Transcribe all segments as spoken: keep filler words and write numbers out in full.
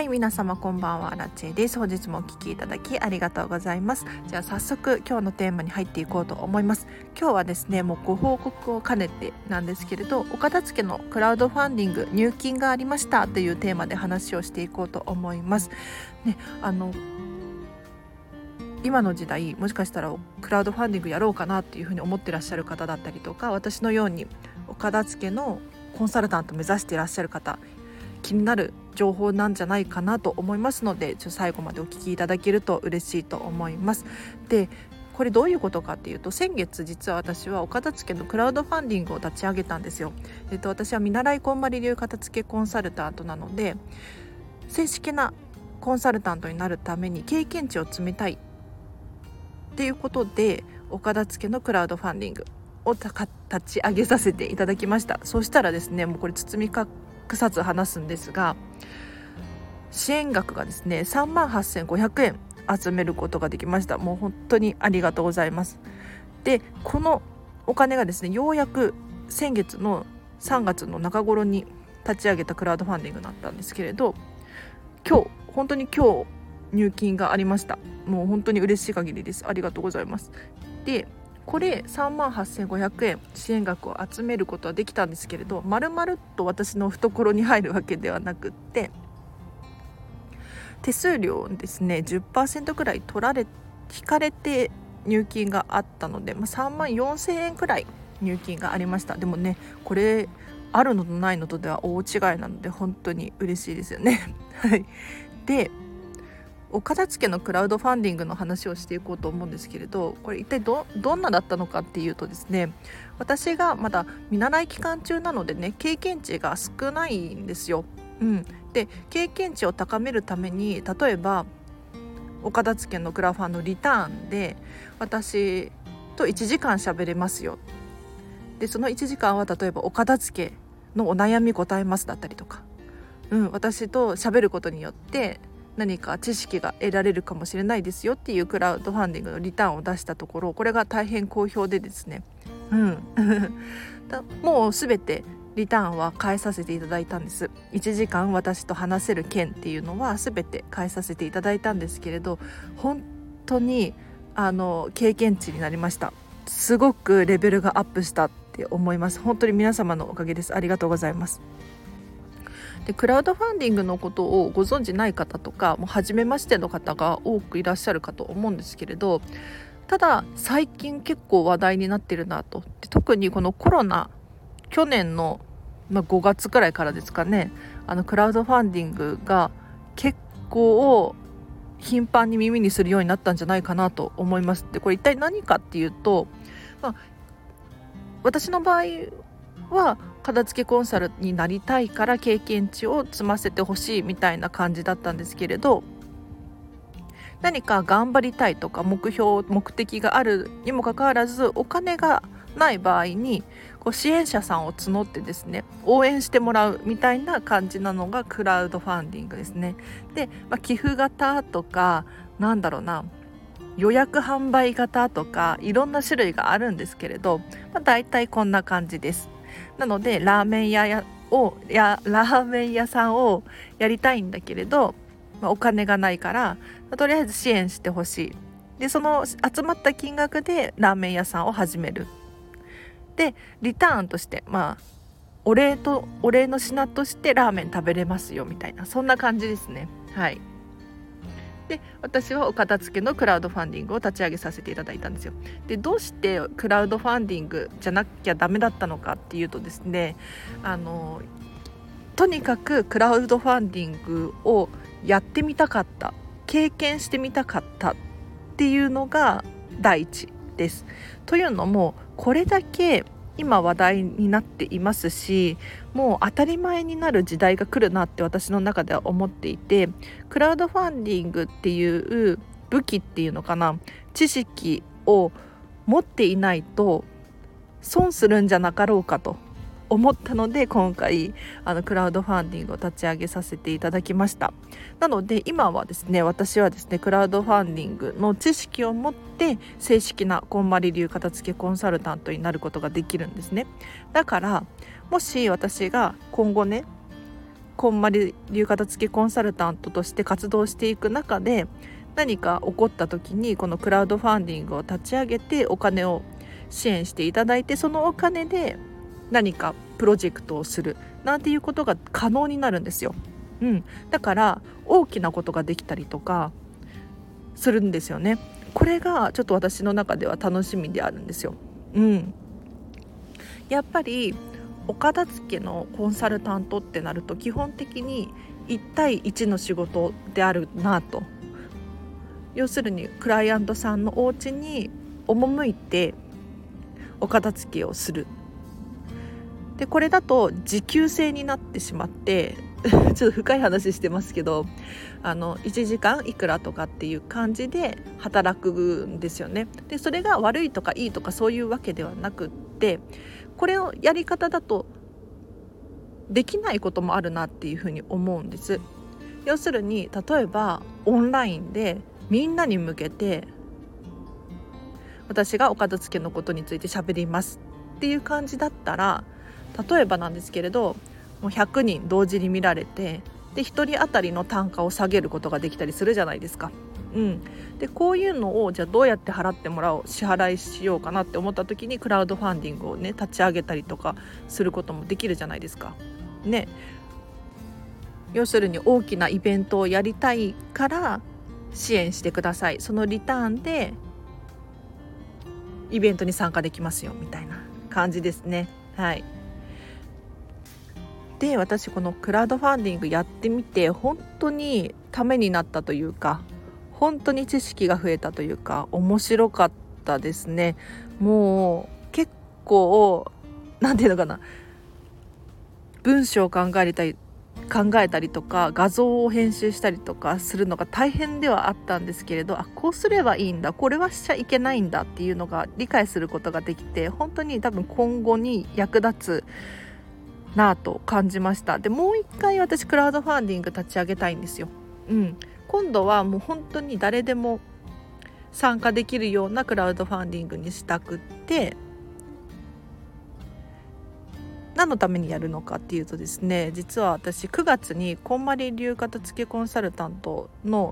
い、皆様こんばんは、ラチェです。本日もお聞きいただきありがとうございます。じゃあ早速今日のテーマに入っていこうと思います。今日はですね、もうご報告を兼ねてなんですけれど、お片付けのクラウドファンディング入金がありましたというテーマで話をしていこうと思います。ね、あの今の時代、もしかしたらクラウドファンディングやろうかなっていうふうに思ってらっしゃる方だったりとか、私のようにお片付けのコンサルタントを目指していらっしゃる方、気になる情報なんじゃないかなと思いますので、ちょっと最後までお聞きいただけると嬉しいと思います。で、これどういうことかっていうと、先月実は私はお片付けのクラウドファンディングを立ち上げたんですよ。えっと、私は見習いこんまり流片付けコンサルタントなので、正式なコンサルタントになるために経験値を積みたいっていうことで、お片付けのクラウドファンディングを立ち上げさせていただきました。そうしたらですね、もうこれ包み隠さず話すんですが、支援額がですねさんまんはっせんごひゃくえん集めることができました。もう本当にありがとうございます。で、このお金がですね、ようやく先月のさんがつの中頃に立ち上げたクラウドファンディングだったんですけれど、今日本当に今日入金がありました。もう本当に嬉しい限りです。ありがとうございます。で、これさんまんはっせんごひゃくえん支援額を集めることはできたんですけれど、まるまるっと私の懐に入るわけではなくって、手数料ですね じゅっパーセント くらい取られ引かれて入金があったので、まあ、さんまんよんせんえんくらい入金がありました。でもね、これあるのとないのとでは大違いなので本当に嬉しいですよねはい。で、お片付けのクラウドファンディングの話をしていこうと思うんですけれど、これ一体 ど, どんなだったのかっていうとですね、私がまだ見習い期間中なのでね、経験値が少ないんですよ。うん、で、経験値を高めるために、例えばお片付けのクラファンのリターンで私といちじかん喋れますよ。で、そのいちじかんは例えばお片付けのお悩み答えますだったりとか、うん、私と喋ることによって何か知識が得られるかもしれないですよっていうクラウドファンディングのリターンを出したところ、これが大変好評でですね、うんだもうすべてリターンは返させていただいたんです。いちじかん私と話せる件っていうのはすべて返させていただいたんですけれど、本当にあの経験値になりました。すごくレベルがアップしたって思います。本当に皆様のおかげです。ありがとうございます。で、クラウドファンディングのことをご存じない方とか、もう初めましての方が多くいらっしゃるかと思うんですけれど、ただ最近結構話題になってるなと。で、特にこのコロナ、去年の、まあ、ごがつくらいからですかね、あのクラウドファンディングが結構頻繁に耳にするようになったんじゃないかなと思います。で、これ一体何かっていうと、まあ、私の場合は片付けコンサルになりたいから経験値を積ませてほしいみたいな感じだったんですけれど、何か頑張りたいとか目標目的があるにもかかわらず、お金がない場合にこう支援者さんを募ってですね、応援してもらうみたいな感じなのがクラウドファンディングですね。で、まあ、寄付型とか、なんだろうな、予約販売型とかいろんな種類があるんですけれど、まあ、大体こんな感じです。なのでラーメン屋をやラーメン屋さんをやりたいんだけれど、まあ、お金がないから、とりあえず支援してほしい。で、その集まった金額でラーメン屋さんを始める。で、リターンとして、まあお礼とお礼の品としてラーメン食べれますよみたいな、そんな感じですね。はい。で、私はお片付けのクラウドファンディングを立ち上げさせていただいたんですよ。で、どうしてクラウドファンディングじゃなきゃダメだったのかっていうとですね、あのとにかくクラウドファンディングをやってみたかった、経験してみたかったっていうのが第一です。というのも、これだけ今話題になっていますし、もう当たり前になる時代が来るなって私の中では思っていて、クラウドファンディングっていう武器っていうのかな、知識を持っていないと損するんじゃなかろうかと思ったので、今回あのクラウドファンディングを立ち上げさせていただきました。なので今はですね、私はですねクラウドファンディングの知識を持って正式なこんまり流片付けコンサルタントになることができるんですね。だからもし私が今後ねこんまり流片付けコンサルタントとして活動していく中で、何か起こった時にこのクラウドファンディングを立ち上げてお金を支援していただいて、そのお金で何かプロジェクトをするなんていうことが可能になるんですよ。うん、だから大きなことができたりとかするんですよね。これがちょっと私の中では楽しみであるんですよ。うん、やっぱりお片付けのコンサルタントってなると基本的にいち対いちの仕事であるなと。要するにクライアントさんのお家に赴いてお片付けをする。でこれだと時給制になってしまってちょっと深い話してますけど、あのいちじかんいくらとかっていう感じで働くんですよね。でそれが悪いとかいいとかそういうわけではなくって、これをやり方だとできないこともあるなっていうふうに思うんです。要するに例えばオンラインでみんなに向けて私がお片付けのことについて喋りますっていう感じだったら、例えばなんですけれどもうひゃくにん同時に見られて、でひとり当たりの単価を下げることができたりするじゃないですか。うん、でこういうのをじゃあどうやって払ってもらおう、支払いしようかなって思った時にクラウドファンディングをね立ち上げたりとかすることもできるじゃないですかね。要するに大きなイベントをやりたいから支援してください、そのリターンでイベントに参加できますよみたいな感じですね。はい。で私このクラウドファンディングやってみて本当にためになったというか、本当に知識が増えたというか面白かったですね。もう結構なんていうのかな、文章を考えたり考えたりとか画像を編集したりとかするのが大変ではあったんですけれど、あこうすればいいんだ、これはしちゃいけないんだっていうのが理解することができて、本当に多分今後に役立つなぁと感じました。でもう一回私クラウドファンディング立ち上げたいんですよ。うん、今度はもう本当に誰でも参加できるようなクラウドファンディングにしたくって、何のためにやるのかっていうとですね、実は私くがつにこんまり流片付けコンサルタントの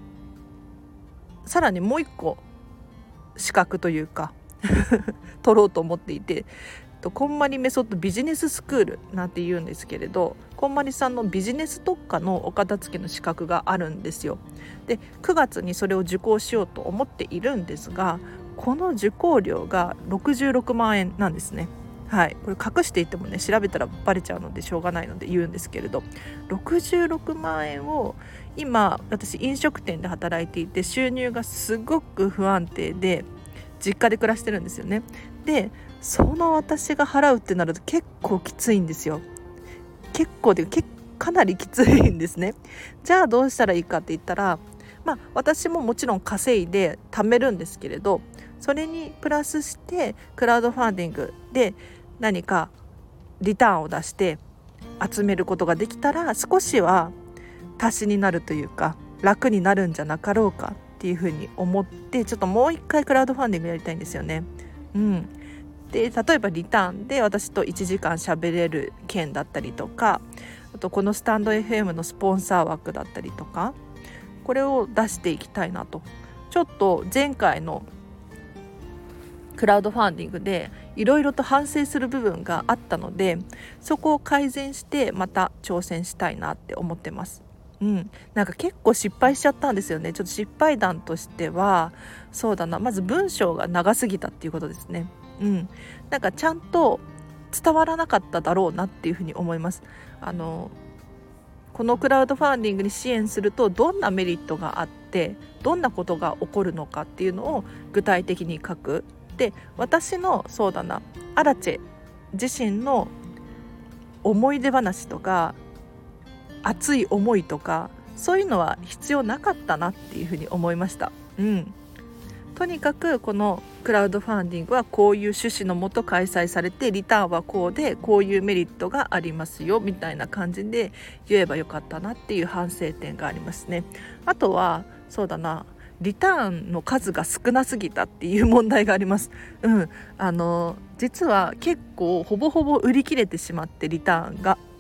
さらにもう一個資格というか取ろうと思っていて、こんまりメソッドビジネススクールなんて言うんですけれど、こんまりさんのビジネス特化のお片付けの資格があるんですよ。でくがつにそれを受講しようと思っているんですが、この受講料がろくじゅうろくまんえんなんですね。はい、これ隠していってもね調べたらバレちゃうのでしょうがないので言うんですけれど、ろくじゅうろくまんえんを今私飲食店で働いていて収入がすごく不安定で実家で暮らしてるんですよね。でその私が払うってなると結構きついんですよ。結構で結かなりきついんですね。じゃあどうしたらいいかって言ったら、まあ私ももちろん稼いで貯めるんですけれど、それにプラスしてクラウドファンディングで何かリターンを出して集めることができたら少しは足しになるというか楽になるんじゃなかろうかっていうふうに思って、ちょっともう一回クラウドファンディングやりたいんですよね。うん、で例えばリターンで私といちじかん喋れる件だったりとか、あとこのスタンド エフエム のスポンサー枠だったりとか、これを出していきたいなと。ちょっと前回のクラウドファンディングでいろいろと反省する部分があったので、そこを改善してまた挑戦したいなって思ってます。うん、なんか結構失敗しちゃったんですよね。ちょっと失敗談としてはそうだな、まず文章が長すぎたっていうことですね。うん、なんかちゃんと伝わらなかっただろうなっていうふうに思います。あのこのクラウドファンディングに支援するとどんなメリットがあってどんなことが起こるのかっていうのを具体的に書く。で私のそうだなアラチェ自身の思い出話とか熱い思いとかそういうのは必要なかったなっていうふうに思いました。うん、とにかくこのクラウドファンディングはこういう趣旨のもと開催されて、リターンはこうでこういうメリットがありますよみたいな感じで言えばよかったなっていう反省点がありますね。あとはそうだな、リターンの数が少なすぎたっていう問題があります。うん、あの実は結構ほぼほぼ売り切れてしまって、リターンが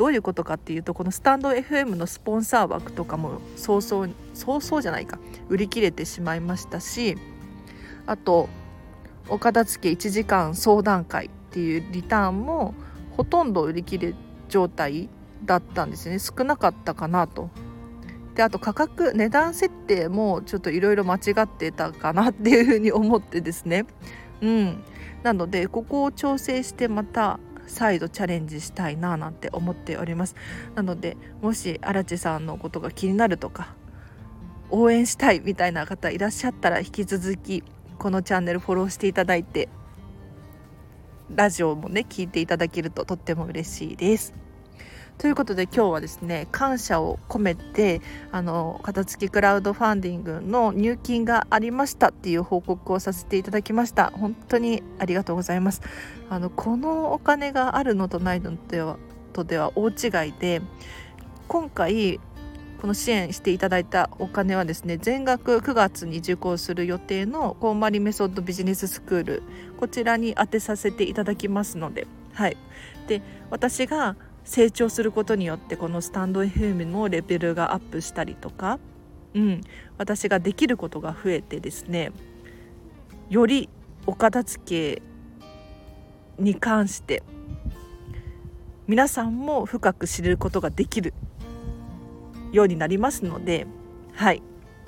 どういうことかっていうと、このスタンド エフエム のスポンサー枠とかも早々早々じゃないか売り切れてしまいましたし、あとお片付けいちじかん相談会っていうリターンもほとんど売り切れ状態だったんですね。少なかったかなと。であと価格値段設定もちょっといろいろ間違ってたかなっていうふうに思ってですね、うん、なのでここを調整してまた再度チャレンジしたいななんて思っております。なのでもし荒地さんのことが気になるとか応援したいみたいな方いらっしゃったら、引き続きこのチャンネルフォローしていただいて、ラジオもね聞いていただけるととっても嬉しいです。ということで今日はですね、感謝を込めてあの片付きクラウドファンディングの入金がありましたっていう報告をさせていただきました。本当にありがとうございます。あのこのお金があるのとないのではとでは大違いで、今回この支援していただいたお金はですね、全額くがつに受講する予定のこんまりメソッドビジネススクール、こちらに当てさせていただきますので、はい、で私が成長することによってこのスタンド エフエム のレベルがアップしたりとか、うん、私ができることが増えてですね、よりお片付けに関して皆さんも深く知ることができるようになりますので、はい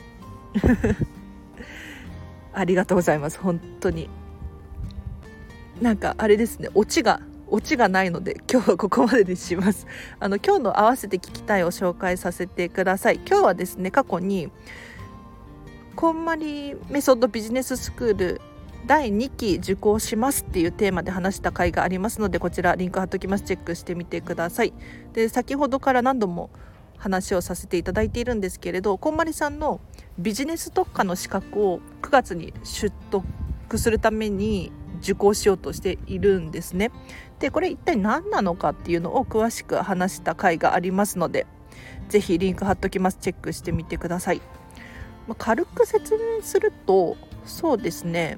ありがとうございます。本当になんかあれですね、オチがオチがないので今日はここまでにします。あの今日の合わせて聞きたいを紹介させてください。今日はですね、過去にこんまりメソッドビジネススクールだいにき受講しますっていうテーマで話した回がありますので、こちらリンク貼っときます。チェックしてみてください。で先ほどから何度も話をさせていただいているんですけれど、こんまりさんのビジネス特化の資格をくがつに取得するために受講しようとしているんですね。でこれ一体何なのかっていうのを詳しく話した回がありますので、ぜひリンク貼っときます。チェックしてみてください。まあ、軽く説明すると、そうですね、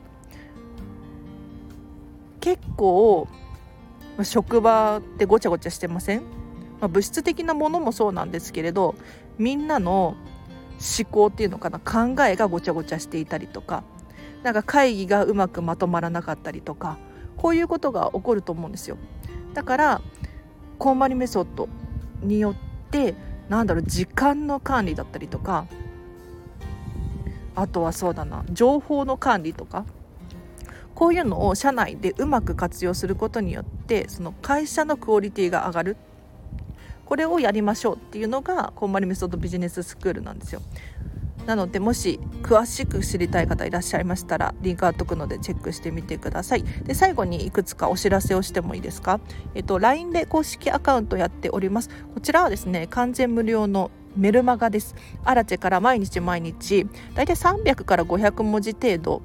結構職場ってごちゃごちゃしてません？まあ、物質的なものもそうなんですけれど、みんなの思考っていうのかな、考えがごちゃごちゃしていたりとか、なんか会議がうまくまとまらなかったりとか、こういうことが起こると思うんですよ。だからこんまりメソッドによってなんだろう、時間の管理だったりとか、あとはそうだな、情報の管理とか、こういうのを社内でうまく活用することによって、その会社のクオリティが上がる、これをやりましょうっていうのがこんまりメソッドビジネススクールなんですよ。なのでもし詳しく知りたい方いらっしゃいましたらリンク貼っとくのでチェックしてみてください。で最後にいくつかお知らせをしてもいいですか？えっと ライン で公式アカウントやっております。こちらはですね、完全無料のメルマガです。アラチェから毎日毎日だいたいさんびゃくからごひゃくもじ程度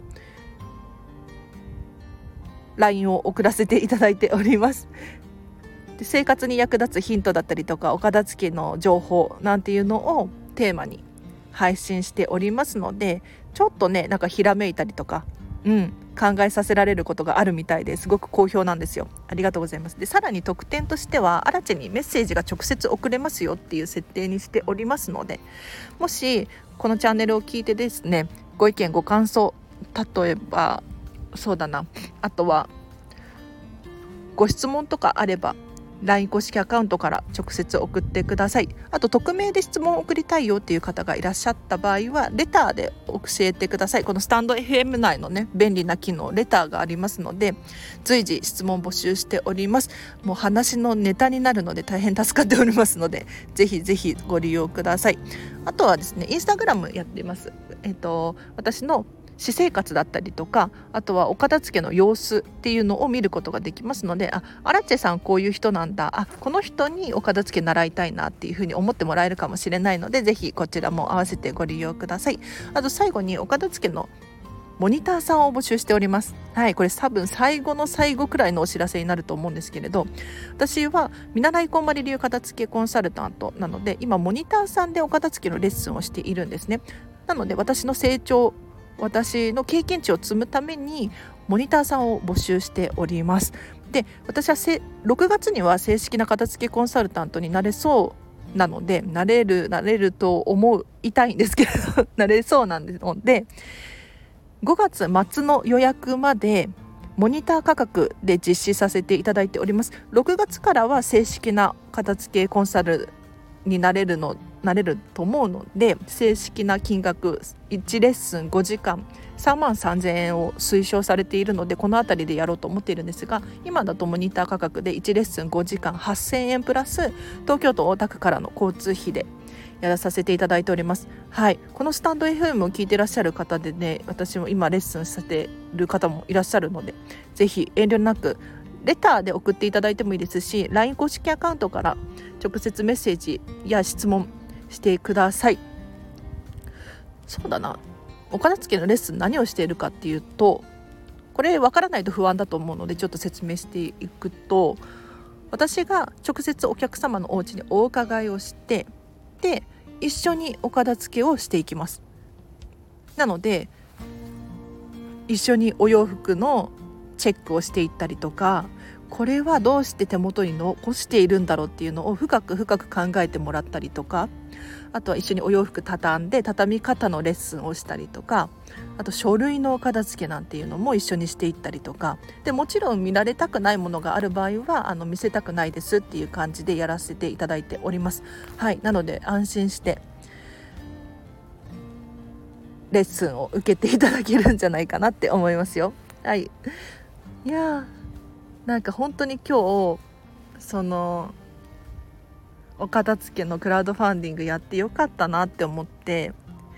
ライン を送らせていただいております。で生活に役立つヒントだったりとか、お片付けの情報なんていうのをテーマに配信しておりますので、ちょっとねなんかひらめいたりとか、うん、考えさせられることがあるみたいですごく好評なんですよ。ありがとうございます。でさらに特典としては、アラチェにメッセージが直接送れますよっていう設定にしておりますので、もしこのチャンネルを聞いてですね、ご意見ご感想、例えばそうだな、あとはご質問とかあればライン 公式アカウントから直接送ってください。あと匿名で質問を送りたいよっていう方がいらっしゃった場合はレターで教えてください。このスタンド エフエム 内のね便利な機能レターがありますので、随時質問募集しております。もう話のネタになるので大変助かっておりますので、ぜひぜひご利用ください。あとはですね、インスタグラムやっています。えっと私の私生活だったりとか、あとはお片付けの様子っていうのを見ることができますので、あ、アラチェさんこういう人なんだ、あ、この人にお片付け習いたいなっていうふうに思ってもらえるかもしれないので、ぜひこちらも合わせてご利用ください。あと最後にお片付けのモニターさんを募集しております。はい、これ多分最後の最後くらいのお知らせになると思うんですけれど、私は見習いこんまり流片付けコンサルタントなので、今モニターさんでお片付けのレッスンをしているんですね。なので私の成長、私の経験値を積むためにモニターさんを募集しております。 で私はせろくがつには正式な片付けコンサルタントになれそうなので、なれるなれると思いたいんですけれどなれそうなんですので、ごがつ末の予約までモニター価格で実施させていただいております。ろくがつからは正式な片付けコンサルになれるのなれると思うので、正式な金額いちレッスンごじかんさんまんさんぜんえんを推奨されているので、このあたりでやろうと思っているんですが、今だとモニター価格でいちレッスンごじかんはっせんえんプラス東京都大田区からの交通費でやらさせていただいております。はい、このスタンド エフエム を聞いていらっしゃる方でね、私も今レッスンさせている方もいらっしゃるので、ぜひ遠慮なくレターで送っていただいてもいいですし、 ライン 公式アカウントから直接メッセージや質問してください。そうだな、お片付けのレッスン何をしているかっていうと、これ分からないと不安だと思うのでちょっと説明していくと、私が直接お客様のお家にお伺いをして、で一緒にお片付けをしていきます。なので一緒にお洋服のチェックをしていったりとか、これはどうして手元に残しているんだろうっていうのを深く深く考えてもらったりとか、あとは一緒にお洋服畳んで畳み方のレッスンをしたりとか、あと書類の片付けなんていうのも一緒にしていったりとかで、もちろん見られたくないものがある場合はあの見せたくないですっていう感じでやらせていただいております。はい、なので安心してレッスンを受けていただけるんじゃないかなって思いますよ。はい、いやなんか本当に今日そのお片付けのクラウドファンディングやってよかったなって思って、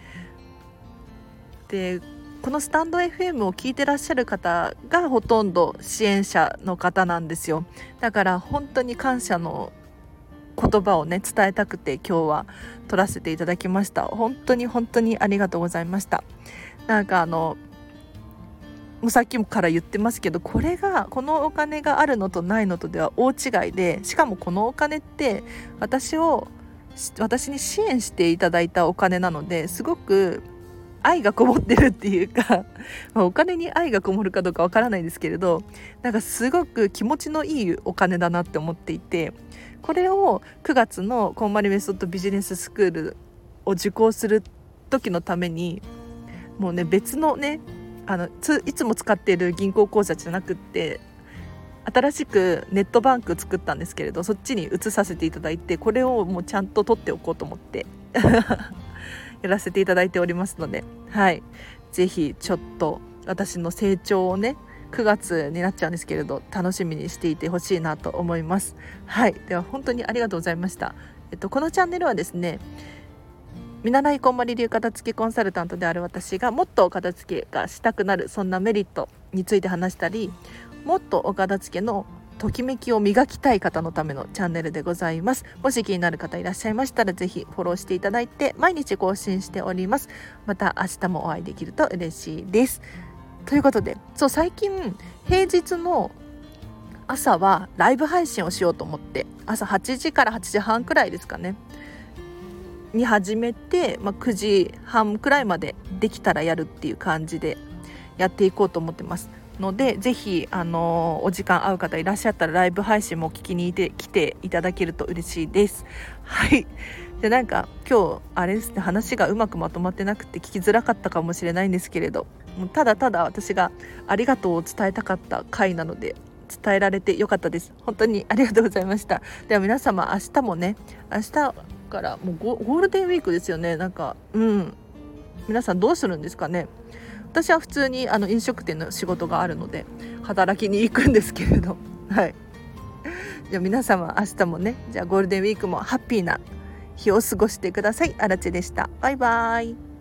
でこのスタンド エフエム を聞いてらっしゃる方がほとんど支援者の方なんですよ。だから本当に感謝の言葉をね伝えたくて今日は撮らせていただきました。本当に本当にありがとうございました。なんかあのもうさっきから言ってますけど、これがこのお金があるのとないのとでは大違いで、しかもこのお金って私を私に支援していただいたお金なので、すごく愛がこもってるっていうかまあお金に愛がこもるかどうかわからないですけれど、なんかすごく気持ちのいいお金だなって思っていて、これをくがつのこんまりメソッドビジネススクールを受講する時のためにもうね別のねあのついつも使っている銀行口座じゃなくって、新しくネットバンク作ったんですけれど、そっちに移させていただいて、これをもうちゃんと取っておこうと思ってやらせていただいておりますので、はい、ぜひちょっと私の成長をねくがつになっちゃうんですけれど楽しみにしていてほしいなと思います。はい、では本当にありがとうございました。えっと、このチャンネルはですね、見習いこんまり流片付けコンサルタントである私がもっとお片付けがしたくなる、そんなメリットについて話したり、もっとお片付けのときめきを磨きたい方のためのチャンネルでございます。もし気になる方いらっしゃいましたらぜひフォローしていただいて、毎日更新しております。また明日もお会いできると嬉しいです。ということで、そう最近平日の朝はライブ配信をしようと思って、朝はちじからはちじはんくらいですかねに始めて、まあ、くじはんくらいまでできたらやるっていう感じでやっていこうと思ってますので、ぜひ、あのー、お時間合う方いらっしゃったらライブ配信も聞きに来ていただけると嬉しいです。はい、でなんか今日あれですね、話がうまくまとまってなくて聞きづらかったかもしれないんですけれど、もうただただ私がありがとうを伝えたかった回なので伝えられてよかったです。本当にありがとうございました。では皆様、明日もね、明日からもう ゴ, ゴールデンウィークですよね。なんかうん皆さんどうするんですかね。私は普通にあの飲食店の仕事があるので働きに行くんですけれど、はい、じゃあ皆様明日もね、じゃあゴールデンウィークもハッピーな日を過ごしてください。あらちでした。バイバイ。